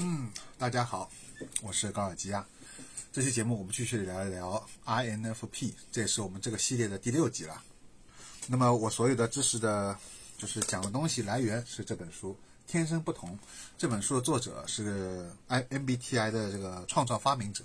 大家好，我是高尔基啊。这期节目我们继续聊一聊 INFP， 这也是我们这个系列的第6集了。那么我所有的知识的，就是讲的东西来源是这本书《天生不同》。这本书的作者是 MBTI 的这个创造发明者，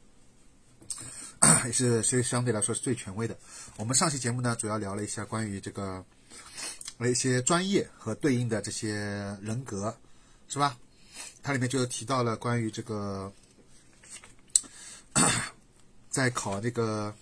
也是相对来说是最权威的。我们上期节目呢，主要聊了一下关于这个一些专业和对应的这些人格，是吧？它里面就提到了关于这个在考这个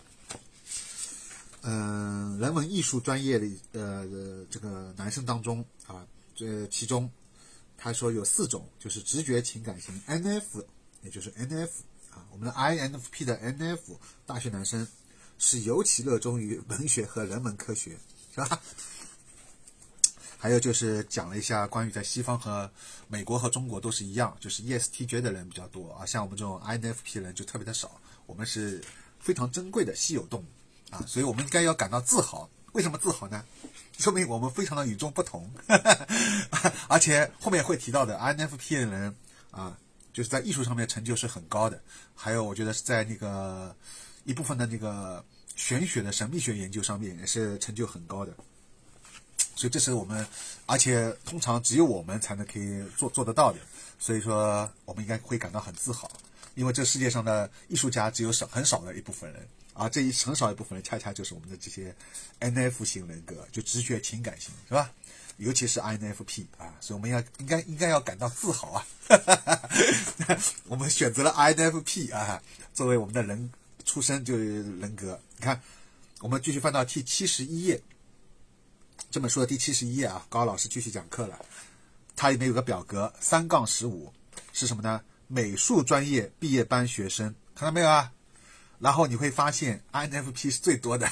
人文艺术专业的这个男生当中啊，其中他说有4种，就是直觉情感型 NF， 也就是 NF 啊，我们的 INFP 的 NF 大学男生是尤其热衷于文学和人文科学，是吧？还有就是讲了一下关于在西方和美国和中国都是一样，就是 ESTJ 的人比较多啊，像我们这种 INFP 的人就特别的少，我们是非常珍贵的稀有动物啊，所以我们应该要感到自豪。为什么自豪呢？说明我们非常的与众不同而且后面会提到的 INFP 的人啊，就是在艺术上面成就是很高的，还有我觉得是在那个一部分的那个玄学的神秘学研究上面也是成就很高的。所以这是我们，而且通常只有我们才能可以做得到的，所以说我们应该会感到很自豪，因为这世界上的艺术家只有很少的一部分人，而这很少一部分人恰恰就是我们的这些 NF 型人格，就直觉情感型，是吧？尤其是 INFP 啊，所以我们应该要感到自豪啊！我们选择了 INFP 啊，作为我们的人出生就是人格。你看，我们继续翻到第71页。这本书的第71页啊，高老师继续讲课了。它里面有个表格3-15是什么呢？美术专业毕业班学生，看到没有啊？然后你会发现 INFP 是最多的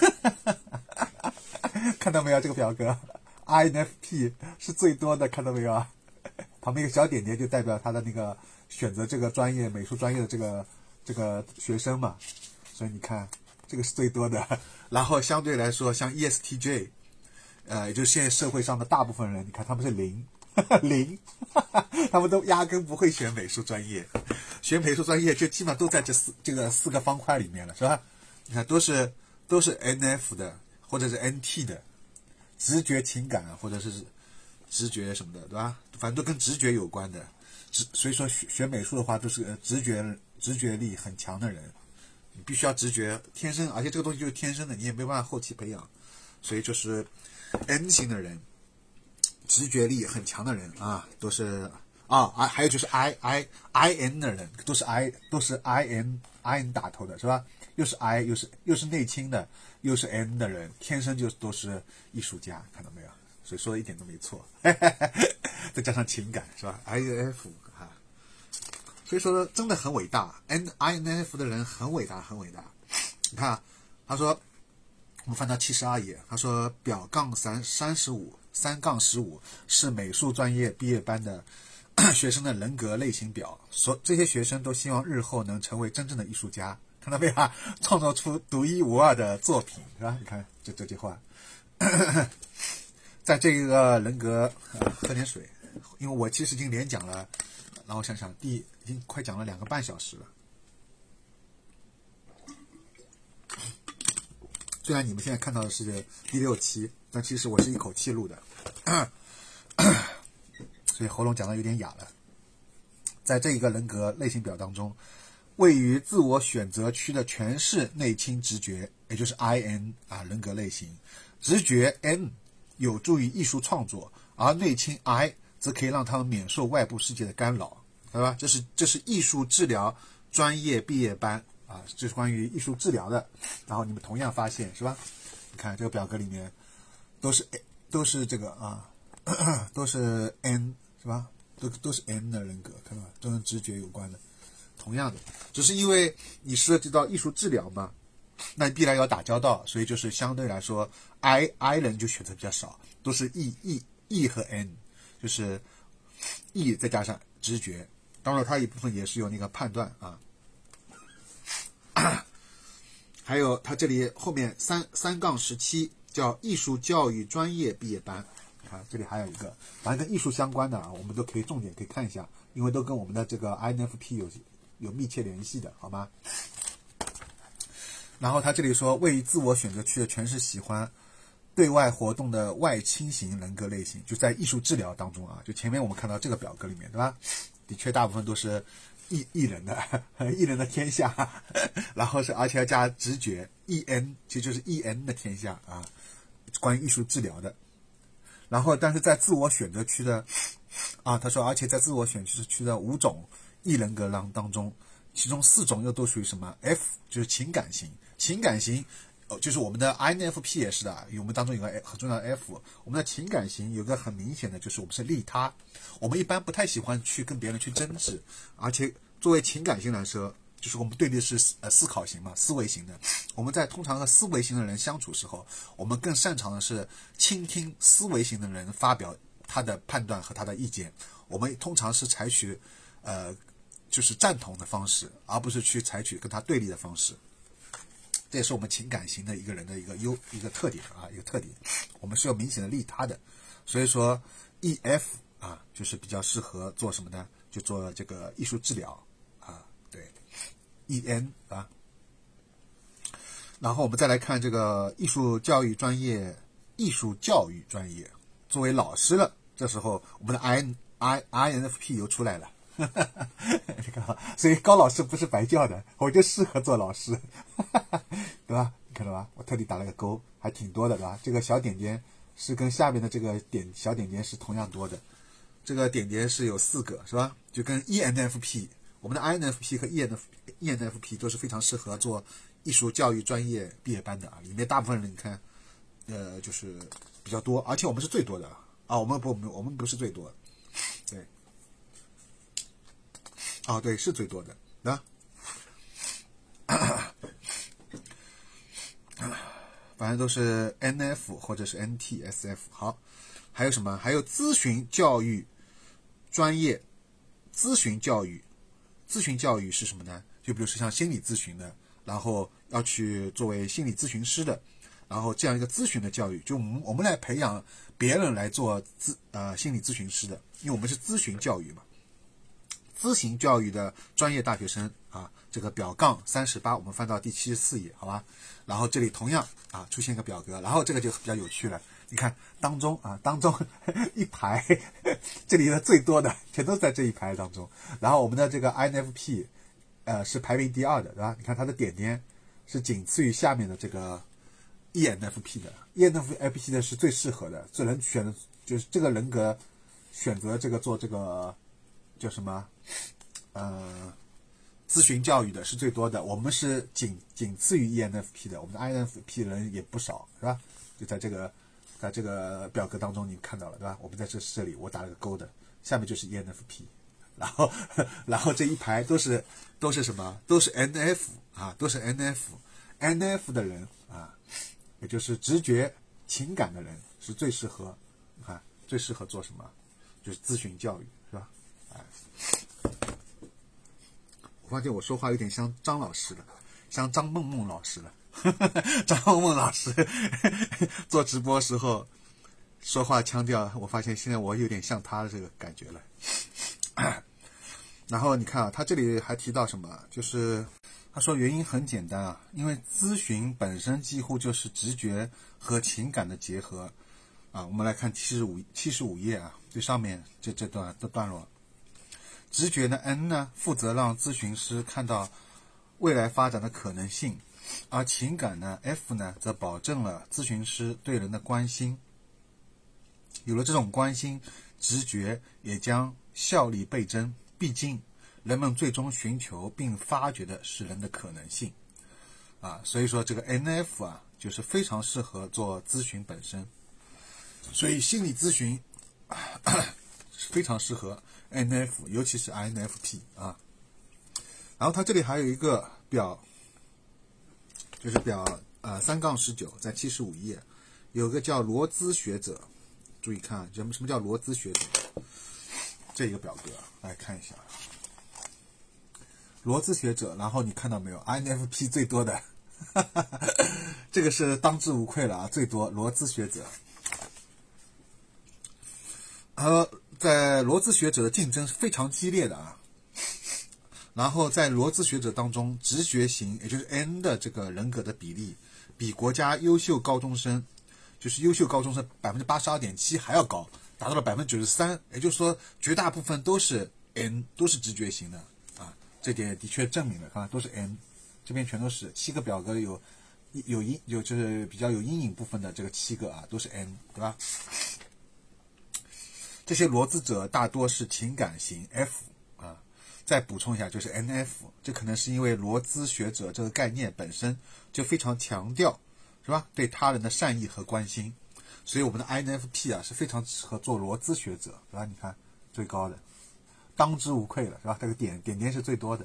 看到没有这个表格 INFP 是最多的，看到没有啊？旁边一个小点点就代表他的那个选择这个专业美术专业的这个学生嘛，所以你看这个是最多的。然后相对来说像 ESTJ也就是现在社会上的大部分人，你看他们是0他们都压根不会选美术专业，选美术专业就基本上都在这个4个方块里面了，是吧？你看都是 NF 的或者是 NT 的，直觉情感或者是直觉什么的，对吧？反正都跟直觉有关的，所以说学美术的话都是直觉力很强的人，你必须要直觉天生，而且这个东西就是天生的，你也没办法后期培养，所以就是N 型的人，直觉力很强的人啊，都是还有就是 IN 的人，都是 IN 打头的，是吧？又是 I 又是内倾的，又是 N 的人，天生就都是艺术家，看到没有？所以说的一点都没错再加上情感，是吧？ INF 啊，所以说真的很伟大。INF 的人很伟大，很伟大。你看他说，我们翻到72页，他说表3-15是美术专业毕业班的学生的人格类型表，这些学生都希望日后能成为真正的艺术家，看到没有？创造出独一无二的作品，是吧？你看这句话在这个人格喝点水，因为我其实已经连讲了，然后想想已经快讲了2个半小时了。虽然你们现在看到的是第6期，但其实我是一口气录的所以喉咙讲的有点哑了。在这一个人格类型表当中，位于自我选择区的全是内倾直觉，也就是 IN 人格类型。直觉 N 有助于艺术创作，而内倾 I 则可以让他们免受外部世界的干扰，对吧？这是艺术治疗专业毕业班啊，这是关于艺术治疗的。然后你们同样发现，是吧？你看这个表格里面都是这个都是 N， 是吧？都是 N 的人格，看到吧？都跟直觉有关的。同样的，只是因为你涉及到艺术治疗嘛，那你必然要打交道，所以就是相对来说 I 人就选择比较少，都是 E 和 N， 就是 E 再加上直觉，当然它一部分也是有那个判断啊。还有它这里后面3-17叫艺术教育专业毕业班，看这里还有一个，反正跟艺术相关的啊，我们都可以重点可以看一下因为都跟我们的这个 INFP 有密切联系的，好吗？然后他这里说，位于自我选择区的全是喜欢对外活动的外倾型人格类型，就在艺术治疗当中啊，就前面我们看到这个表格里面，对吧？的确大部分都是艺人的天下，然后而且要加直觉 EN， 其实就是 EN 的天下啊，关于艺术治疗的。然后但是在自我选择区的啊，他说而且在自我选择区的5种艺人格当中，其中4种又都属于什么 F， 就是情感型。情感型就是我们的 INFP 也是的，我们当中有个很重要的 F， 我们的情感型有个很明显的就是我们是利他，我们一般不太喜欢去跟别人去争执，而且作为情感型来说，就是我们对立是思考型嘛，思维型的。我们在通常和思维型的人相处时候，我们更擅长的是倾听思维型的人发表他的判断和他的意见，我们通常是采取就是赞同的方式，而不是去采取跟他对立的方式。这也是我们情感型的一个人的一个特点啊，一个特点。我们是有明显的利他的，所以说 EF 啊，就是比较适合做什么呢？就做这个艺术治疗啊，对 ，EN 啊。然后我们再来看这个艺术教育专业，作为老师了，这时候我们的 INFP 又出来了。你看，所以高老师不是白叫的，我就适合做老师，对吧？你看到吧？我特地打了个勾，还挺多的，对吧？这个小点点是跟下面的这个小点点是同样多的，这个点点是有4个，是吧？就跟 ENFP， 我们的 INFP 和 ENFP 都是非常适合做艺术教育专业毕业班的啊。里面大部分人你看，就是比较多，而且我们是最多的啊。我们不是最多的，对。哦，对，是最多的啊。反正都是 NF 或者是 NT、SF。好，还有什么？还有咨询教育专业，咨询教育是什么呢？就比如说像心理咨询的，然后要去作为心理咨询师的，然后这样一个咨询的教育，就我们来培养别人来做心理咨询师的，因为我们是咨询教育嘛。咨询教育的专业大学生啊，这个表杠38，我们翻到第74页，好吧？然后这里同样啊出现一个表格，然后这个就比较有趣了。你看当中一排，这里的最多的全都在这一排当中。然后我们的这个 INFP，是排名第2的，对吧？你看它的点点是仅次于下面的这个 ENFP 的 ，ENFP 的是最适合的，最能选的就是这个人格选择这个做这个。叫什么？咨询教育的是最多的，我们是仅次于 ENFP 的，我们的 INFP 人也不少，是吧？就在这个表格当中，你看到了，对吧？我们在这里我打了个勾的，下面就是 ENFP， 然后这一排都是什么？都是 NF 啊，都是 NF 的人啊，也就是直觉情感的人是最适合做什么？就是咨询教育，是吧？我发现我说话有点像张老师了，像张梦梦老师了。张梦梦老师做直播时候说话腔调，我发现现在我有点像他的这个感觉了。然后你看啊，他这里还提到什么？就是他说原因很简单啊，因为咨询本身几乎就是直觉和情感的结合啊。我们来看75页啊，最上面这段落。直觉的 N 呢，负责让咨询师看到未来发展的可能性，而情感呢 F 呢，则保证了咨询师对人的关心。有了这种关心，直觉也将效力倍增。毕竟，人们最终寻求并发掘的是人的可能性啊，所以说这个 NF 啊，就是非常适合做咨询本身。所以心理咨询非常适合 NF， 尤其是 INFP 啊。然后它这里还有一个表，就是表3-19，在75页有个叫罗兹学者。注意看什么叫罗兹学者？这一个表格来看一下，罗兹学者。然后你看到没有 ？INFP 最多的，这个是当之无愧了啊，最多罗兹学者。 在罗兹学者的竞争是非常激烈的啊。然后在罗兹学者当中，直觉型也就是 N 的这个人格的比例，比国家优秀高中生，就是优秀高中生82.7%还要高，达到了93%。也就是说，绝大部分都是 N， 都是直觉型的啊。这点的确证明了，看都是 N， 这边全都是7个表格有就是比较有阴影部分的这个7个啊，都是 N， 对吧？这些罗兹者大多是情感型 F。再补充一下，就是 NF， 这可能是因为罗兹学者这个概念本身就非常强调，是吧？对他人的善意和关心，所以我们的 INFP 啊是非常适合做罗兹学者，是吧？你看最高的，当之无愧了，是吧？这个点是最多的，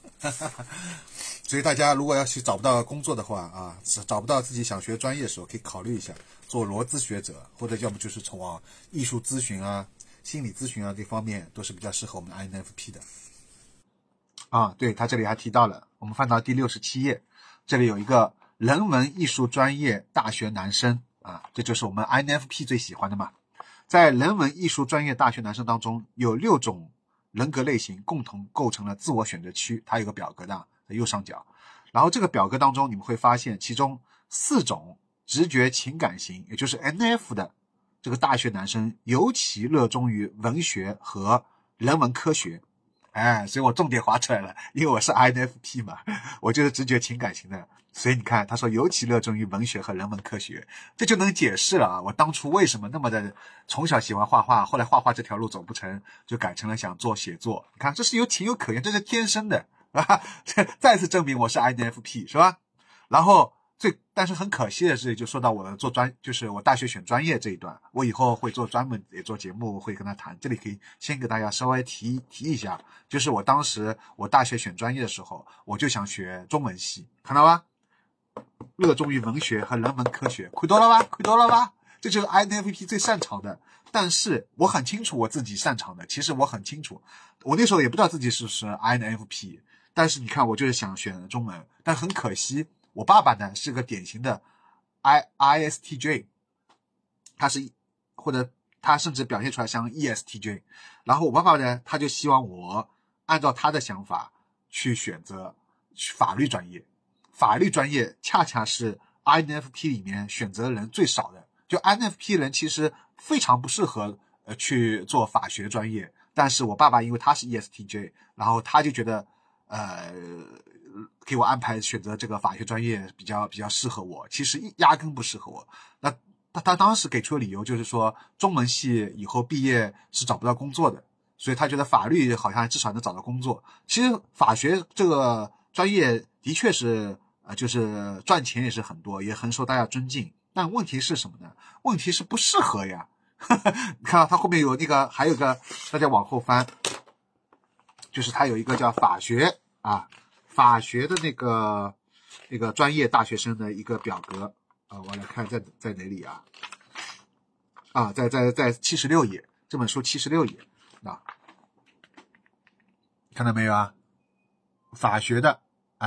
所以大家如果要去找不到工作的话啊，找不到自己想学专业的时候，可以考虑一下做罗兹学者，或者要么就是从艺术咨询啊、心理咨询啊这方面都是比较适合我们的 INFP 的。啊，对，他这里还提到了，我们翻到第67页，这里有一个人文艺术专业大学男生啊，这就是我们 INFP 最喜欢的嘛。在人文艺术专业大学男生当中，有6种人格类型共同构成了自我选择区，它有个表格的在右上角。然后这个表格当中，你们会发现其中4种直觉情感型，也就是 NF 的这个大学男生，尤其热衷于文学和人文科学。所以我重点划出来了，因为我是 INFP 嘛，我就是直觉情感型的，所以你看他说尤其热衷于文学和人文科学，这就能解释了啊，我当初为什么那么的从小喜欢画画，后来画画这条路走不成，就改成了想做写作。你看这是有情有可原，这是天生的啊！再次证明我是 INFP 是吧？然后但是很可惜的是，就说到我的就是我大学选专业这一段，我以后会专门也做节目，会跟他谈。这里可以先给大家稍微提一下，就是我当时我大学选专业的时候，我就想学中文系，看到吧？热衷于文学和人文科学，看到了吧？这就是 INFP 最擅长的。但是我很清楚我自己擅长的，其实我很清楚，我那时候也不知道自己是不是 INFP， 但是你看我就是想选中文，但很可惜。我爸爸呢是个典型的 ISTJ， 或者他甚至表现出来像 ESTJ。然后我爸爸呢，他就希望我按照他的想法去选择法律专业。法律专业恰恰是 INFP 里面选择人最少的，就 INFP 人其实非常不适合去做法学专业。但是我爸爸因为他是 ESTJ， 然后他就觉得给我安排选择这个法学专业比较适合我，其实压根不适合我。那他当时给出的理由就是说，中文系以后毕业是找不到工作的，所以他觉得法律好像至少能找到工作。其实法学这个专业的确是就是赚钱也是很多，也很受大家尊敬。但问题是什么呢？问题是不适合呀。你看到他后面有还有个，大家往后翻，就是他有一个叫法学法学的那个专业大学生的一个表格啊，我来看在哪里啊？在76页，这本书76页啊，看到没有啊？法学的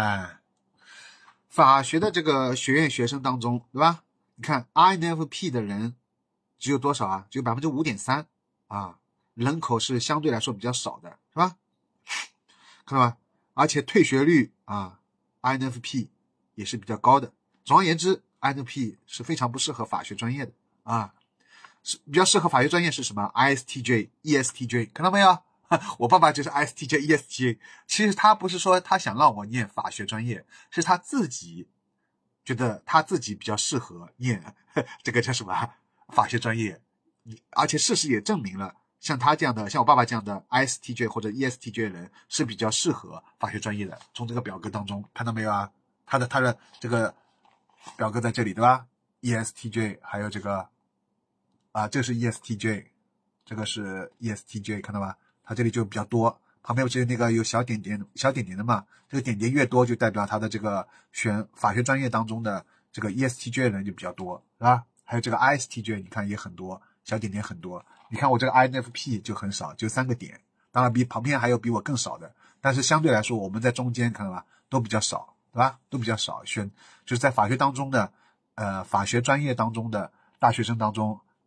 法学的这个学院学生当中，对吧？你看 INFP 的人只有多少啊？只有 5.3% 啊，人口是相对来说比较少的，是吧？看到吗？而且退学率INFP 也是比较高的。总而言之 INFP 是非常不适合法学专业的比较适合法学专业是什么？ ISTJ ESTJ， 看到没有？我爸爸就是 ISTJ ESTJ。 其实他不是说他想让我念法学专业，是他自己觉得他自己比较适合念这个叫什么法学专业。而且事实也证明了，像我爸爸这样的 ISTJ 或者 ESTJ 人是比较适合法学专业的。从这个表格当中看到没有啊？他的这个表格在这里，对吧？ ESTJ 还有这个这是 ESTJ， 这个是 ESTJ， 看到吧？它这里就比较多，旁边不是那个有小点点的嘛？这个点点越多，就代表他的这个选法学专业当中的这个 ESTJ 人就比较多，是吧？还有这个 ISTJ， 你看也很多，小点点很多。你看我这个 INFP 就很少，就3个点。当然旁边还有比我更少的，但是相对来说我们在中间，看到吧？都比较少，对吧？都比较少。就是在法学当中的法学专业当中的大学生当中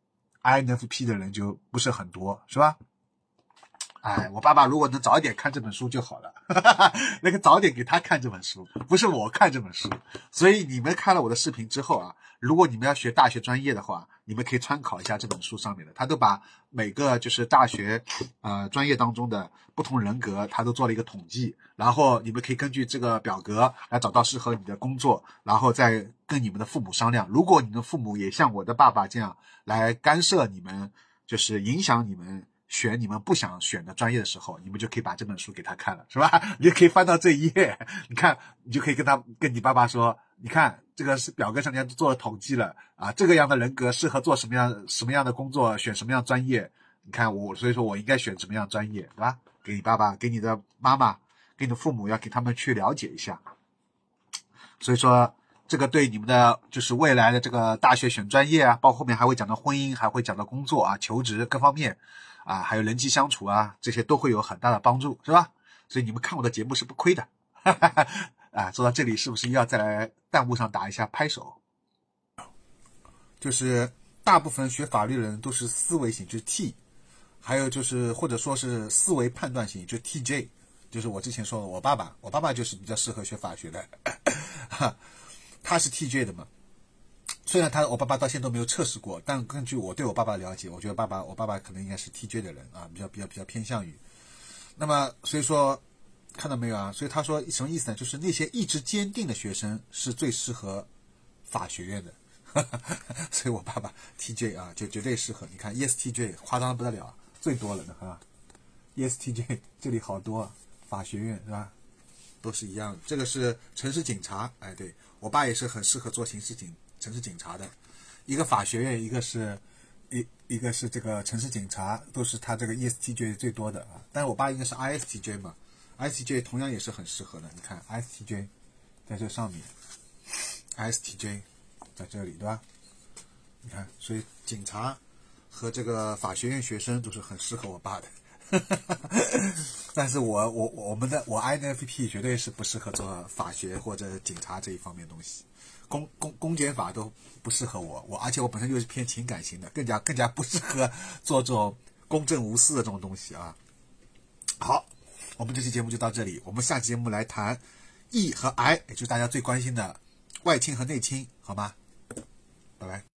INFP 的人就不是很多，是吧？哎，我爸爸如果能早一点看这本书就好了，那个早点给他看这本书，不是我看这本书。所以你们看了我的视频之后啊，如果你们要学大学专业的话，你们可以参考一下这本书上面的，他都把每个就是大学专业当中的不同人格，他都做了一个统计，然后你们可以根据这个表格来找到适合你的工作，然后再跟你们的父母商量。如果你的父母也像我的爸爸这样来干涉你们，就是影响你们选你们不想选的专业的时候，你们就可以把这本书给他看了，是吧？你就可以翻到这一页，你看，你就可以跟你爸爸说，你看这个是表格上面做了统计了啊，这个样的人格适合做什么样的工作，选什么样专业。你看所以说我应该选什么样专业，对吧？给你爸爸，给你的妈妈，给你的父母，要给他们去了解一下。所以说这个对你们的就是未来的这个大学选专业啊，包括后面还会讲到婚姻，还会讲到工作啊、求职各方面啊，还有人际相处啊，这些都会有很大的帮助，是吧？所以你们看我的节目是不亏的。啊，说到这里是不是要再来弹幕上打一下拍手？就是大部分学法律的人都是思维型，就是 T， 还有就是或者说是思维判断型，就是 TJ， 就是我之前说的我爸爸就是比较适合学法学的。他是 TJ 的嘛，虽然我爸爸到现在都没有测试过，但根据我对我爸爸的了解，我觉得我爸爸可能应该是 TJ 的人啊，比较偏向于。那么所以说看到没有啊？所以他说什么意思呢？就是那些意志坚定的学生是最适合法学院的。所以我爸爸 TJ 啊，就绝对适合。你看 ESTJ 夸张的不得了，最多了呢啊。ESTJ 这里好多法学院是吧？都是一样的。这个是城市警察，哎，对我爸也是很适合做城市警察的。一个法学院，一个是这个城市警察，都是他这个 ESTJ 最多的啊。但是我爸应该是 ISTJ 嘛 ，ISTJ 同样也是很适合的。你看 ISTJ 在这上面 ，ISTJ 在这里，对吧？你看，所以警察和这个法学院学生都是很适合我爸的。但是我 INFP 绝对是不适合做法学或者警察这一方面的东西，公检法都不适合我，而且我本身就是偏情感型的，更加不适合做这种公正无私的这种东西啊。好，我们这期节目就到这里，我们下期节目来谈 E 和 I， 也就是大家最关心的外倾和内倾，好吗？拜拜。